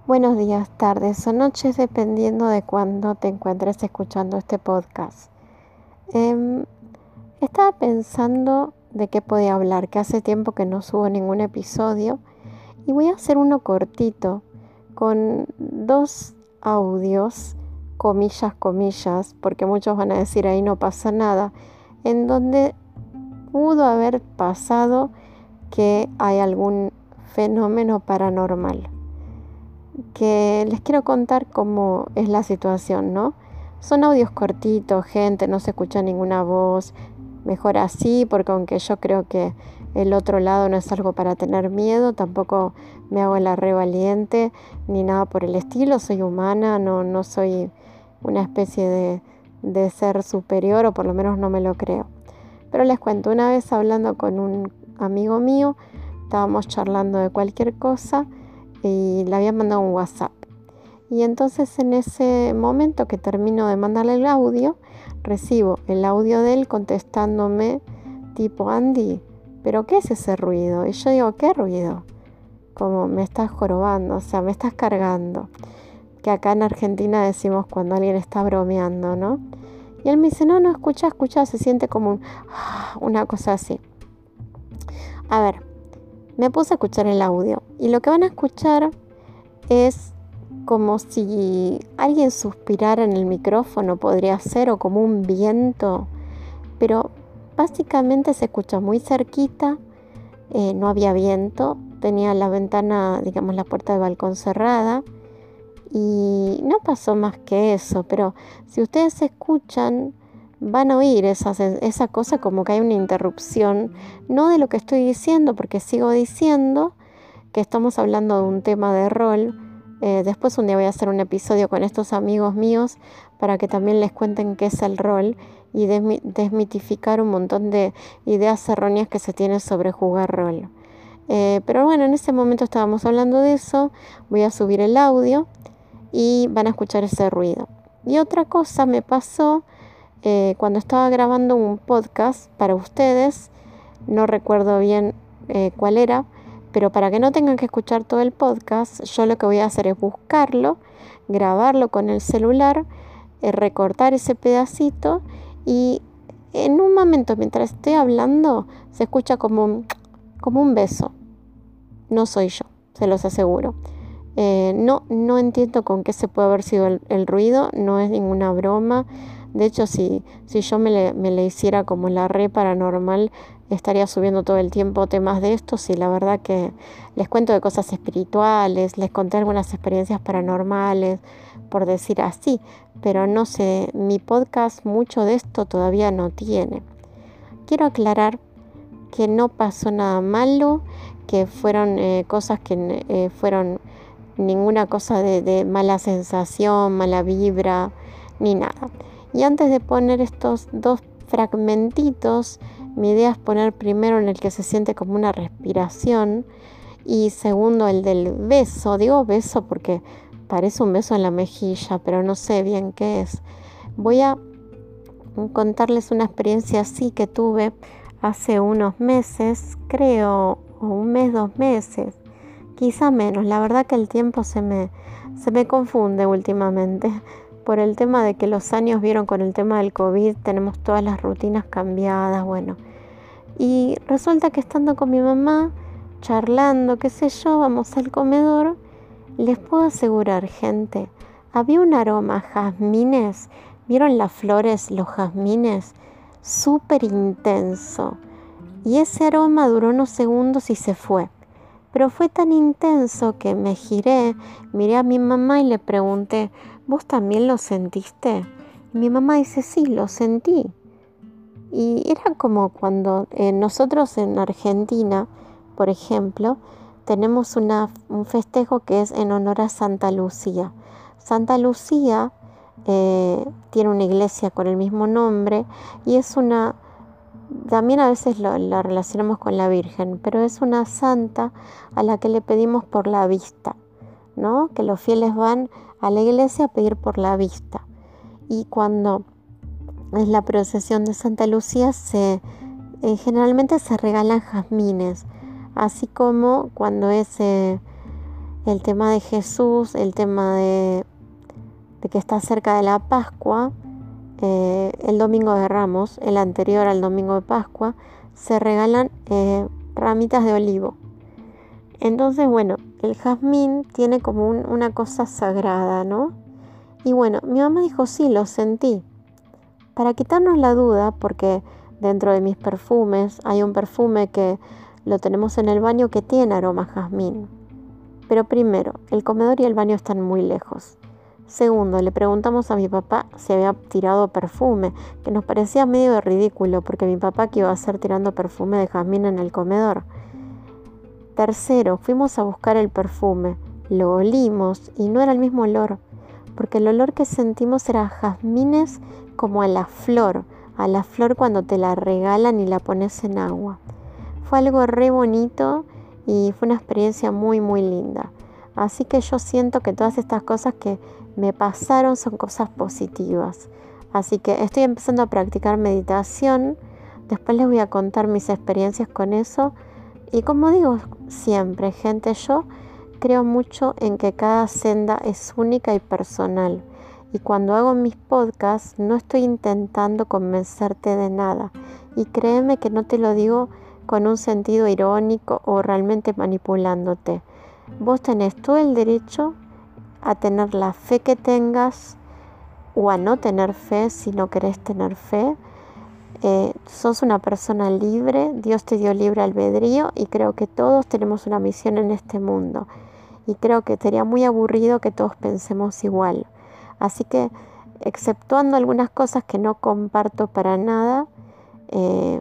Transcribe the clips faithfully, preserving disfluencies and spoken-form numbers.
Buenos días, tardes o noches, dependiendo de cuándo te encuentres escuchando este podcast. Eh, estaba pensando de qué podía hablar, que hace tiempo que no subo ningún episodio, y voy a hacer uno cortito, con dos audios, comillas, comillas, porque muchos van a decir ahí no pasa nada, en donde pudo haber pasado que hay algún fenómeno paranormal. Que les quiero contar cómo es la situación, ¿no? Son audios cortitos, gente, no se escucha ninguna voz, mejor así, porque aunque yo creo que el otro lado no es algo para tener miedo, tampoco me hago la re valiente, ni nada por el estilo, soy humana, no, no soy una especie de, de ser superior, o por lo menos no me lo creo. Pero les cuento, una vez hablando con un amigo mío, estábamos charlando de cualquier cosa, y le había mandado un WhatsApp. Y entonces en ese momento que termino de mandarle el audio, recibo el audio de él contestándome tipo, Andy, ¿pero qué es ese ruido? Y yo digo, ¿qué ruido? Como me estás jorobando, o sea, me estás cargando. Que acá en Argentina decimos cuando alguien está bromeando, ¿no? Y él me dice, no, no, escucha, escucha, se siente como un, una cosa así. A ver, me puse a escuchar el audio y lo que van a escuchar es como si alguien suspirara en el micrófono, podría ser, o como un viento, pero básicamente se escucha muy cerquita, eh, no había viento, tenía la ventana, digamos la puerta del balcón cerrada y no pasó más que eso, pero si ustedes escuchan van a oír esa, esa cosa como que hay una interrupción, no de lo que estoy diciendo, porque sigo diciendo que estamos hablando de un tema de rol. Eh, después un día voy a hacer un episodio con estos amigos míos para que también les cuenten qué es el rol y desmi- desmitificar un montón de ideas erróneas que se tienen sobre jugar rol. Eh, pero bueno, en ese momento estábamos hablando de eso, voy a subir el audio y van a escuchar ese ruido. Y otra cosa me pasó Eh, cuando estaba grabando un podcast para ustedes, no recuerdo bien eh, cuál era, pero para que no tengan que escuchar todo el podcast, yo lo que voy a hacer es buscarlo, grabarlo con el celular, eh, recortar ese pedacito y en un momento mientras estoy hablando se escucha como un, como un beso. No soy yo, se los aseguro. Eh, no, no entiendo con qué se puede haber sido el, el ruido, no es ninguna broma. De hecho, si, si yo me le, me le hiciera como la re paranormal, estaría subiendo todo el tiempo temas de estos y la verdad que les cuento de cosas espirituales, les conté algunas experiencias paranormales, por decir así, pero no sé, mi podcast mucho de esto todavía no tiene. Quiero aclarar que no pasó nada malo, que fueron eh, cosas que eh, fueron ninguna cosa de, de mala sensación, mala vibra, ni nada. Y antes de poner estos dos fragmentitos, mi idea es poner primero en el que se siente como una respiración y segundo el del beso. Digo beso porque parece un beso en la mejilla, pero no sé bien qué es. Voy a contarles una experiencia así que tuve hace unos meses, creo, o un mes, dos meses. Quizá menos, la verdad que el tiempo se me, se me confunde últimamente por el tema de que los años vieron con el tema del COVID, tenemos todas las rutinas cambiadas, bueno. Y resulta que estando con mi mamá, charlando, qué sé yo, vamos al comedor, les puedo asegurar, gente, había un aroma a jazmines, ¿vieron las flores, los jazmines? Súper intenso. Y ese aroma duró unos segundos y se fue. Pero fue tan intenso que me giré, miré a mi mamá y le pregunté, ¿vos también lo sentiste? Y mi mamá dice, sí, lo sentí. Y era como cuando eh, nosotros en Argentina, por ejemplo, tenemos una, un festejo que es en honor a Santa Lucía. Santa Lucía eh, tiene una iglesia con el mismo nombre y es una... También a veces lo, la relacionamos con la Virgen, pero es una santa a la que le pedimos por la vista, ¿no? Que los fieles van a la iglesia a pedir por la vista. Y cuando es la procesión de Santa Lucía, se, eh, generalmente se regalan jazmines, así como cuando es eh, el tema de Jesús, el tema de, de que está cerca de la Pascua, eh, el Domingo de Ramos, el anterior al Domingo de Pascua, se regalan eh, ramitas de olivo. Entonces, bueno, el jazmín tiene como un, una cosa sagrada, ¿no? Y bueno, mi mamá dijo, sí, lo sentí. Para quitarnos la duda, porque dentro de mis perfumes hay un perfume que lo tenemos en el baño que tiene aroma a jazmín. Pero primero, el comedor y el baño están muy lejos. Segundo, le preguntamos a mi papá si había tirado perfume, que nos parecía medio ridículo, porque mi papá que iba a hacer tirando perfume de jazmín en el comedor. Tercero, fuimos a buscar el perfume, lo olimos y no era el mismo olor, porque el olor que sentimos era jazmines como a la flor, a la flor cuando te la regalan y la pones en agua. Fue algo re bonito y fue una experiencia muy muy linda. Así que yo siento que todas estas cosas que me pasaron son cosas positivas. Así que estoy empezando a practicar meditación, después les voy a contar mis experiencias con eso. Y como digo siempre, gente, yo creo mucho en que cada senda es única y personal. Y cuando hago mis podcasts no estoy intentando convencerte de nada. Y créeme que no te lo digo con un sentido irónico o realmente manipulándote. Vos tenés todo el derecho a tener la fe que tengas o a no tener fe si no querés tener fe. Eh, sos una persona libre, Dios te dio libre albedrío y creo que todos tenemos una misión en este mundo y creo que sería muy aburrido que todos pensemos igual. Así que, exceptuando algunas cosas que no comparto para nada, eh,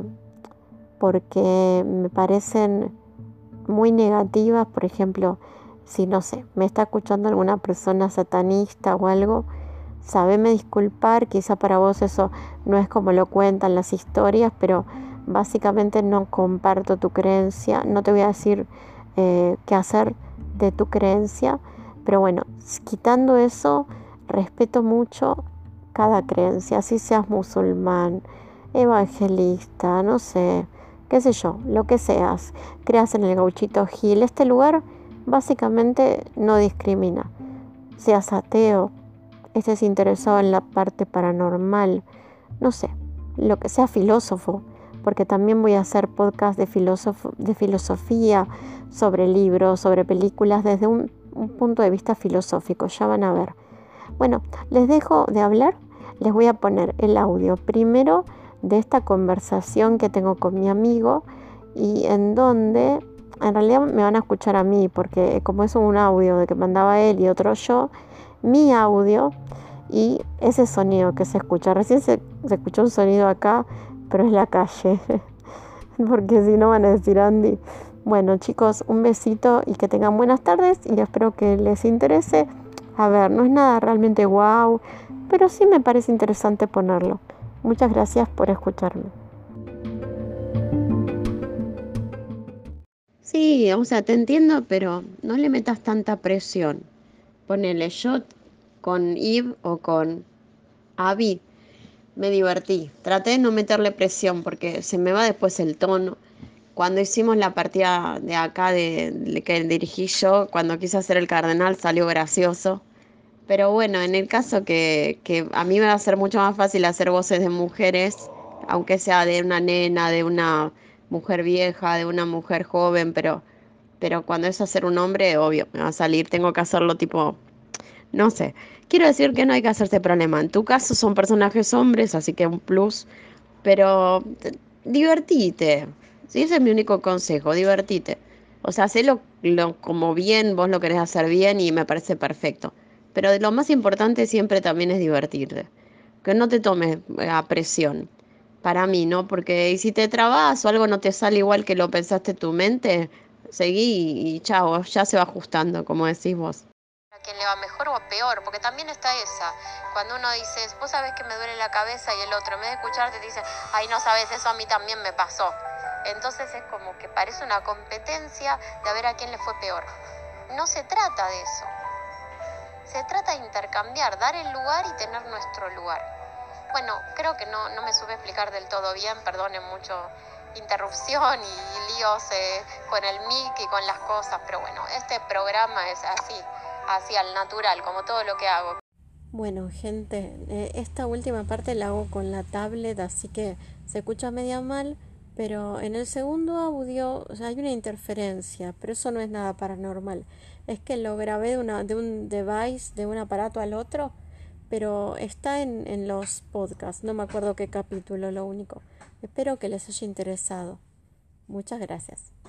porque me parecen muy negativas, por ejemplo, si no sé, me está escuchando alguna persona satanista o algo, sabeme disculpar, quizá para vos eso no es como lo cuentan las historias, pero básicamente no comparto tu creencia, no te voy a decir eh, qué hacer de tu creencia, pero bueno, quitando eso, respeto mucho cada creencia, así seas musulmán, evangelista, no sé, qué sé yo, lo que seas, creas en el Gauchito Gil, este lugar básicamente no discrimina, seas ateo, estés interesado en la parte paranormal, no sé, lo que sea filósofo, porque también voy a hacer podcast de, filósofo, de filosofía, sobre libros, sobre películas, desde un, un punto de vista filosófico, ya van a ver. Bueno, les dejo de hablar, les voy a poner el audio primero de esta conversación que tengo con mi amigo y en donde, en realidad me van a escuchar a mí, porque como es un audio de que mandaba él y otro yo, mi audio y ese sonido que se escucha. Recién se, se escuchó un sonido acá, pero es la calle, porque si no van a decir Andy. Bueno, chicos, un besito y que tengan buenas tardes y espero que les interese. A ver, no es nada realmente guau, pero sí me parece interesante ponerlo. Muchas gracias por escucharme. Sí, o sea, te entiendo, pero no le metas tanta presión. Ponele yo con Eve o con Abby, me divertí. Traté de no meterle presión porque se me va después el tono. Cuando hicimos la partida de acá de, de que dirigí yo, cuando quise hacer el cardenal salió gracioso. Pero bueno, en el caso que, que a mí me va a ser mucho más fácil hacer voces de mujeres, aunque sea de una nena, de una mujer vieja, de una mujer joven, pero, pero cuando es hacer un hombre, obvio, me va a salir, tengo que hacerlo tipo, no sé. Quiero decir que no hay que hacerse problema. En tu caso son personajes hombres, así que un plus, pero t- divertite. Sí, ese es mi único consejo, divertite. O sea, hacelo lo, como bien, vos lo querés hacer bien y me parece perfecto. Pero de lo más importante siempre también es divertirte. Que no te tomes eh, a presión. Para mí, ¿no? Porque y si te trabas o algo no te sale igual que lo pensaste en tu mente, seguí y chao, ya se va ajustando, como decís vos. A quién le va mejor o peor, porque también está esa. Cuando uno dice, vos sabés que me duele la cabeza y el otro, en vez de escucharte, te dice, ay, no sabes, eso a mí también me pasó. Entonces es como que parece una competencia de a ver a quién le fue peor. No se trata de eso. Se trata de intercambiar, dar el lugar y tener nuestro lugar. Bueno, creo que no, no me supe explicar del todo bien, perdonen mucho interrupción y líos eh, con el mic y con las cosas, pero bueno, este programa es así, así al natural, como todo lo que hago. Bueno, gente, eh, esta última parte la hago con la tablet, así que se escucha media mal, pero en el segundo audio, o sea, hay una interferencia, pero eso no es nada paranormal. Es que lo grabé de, una, de un device, de un aparato al otro, pero está en, en los podcasts, no me acuerdo qué capítulo, lo único. Espero que les haya interesado. Muchas gracias.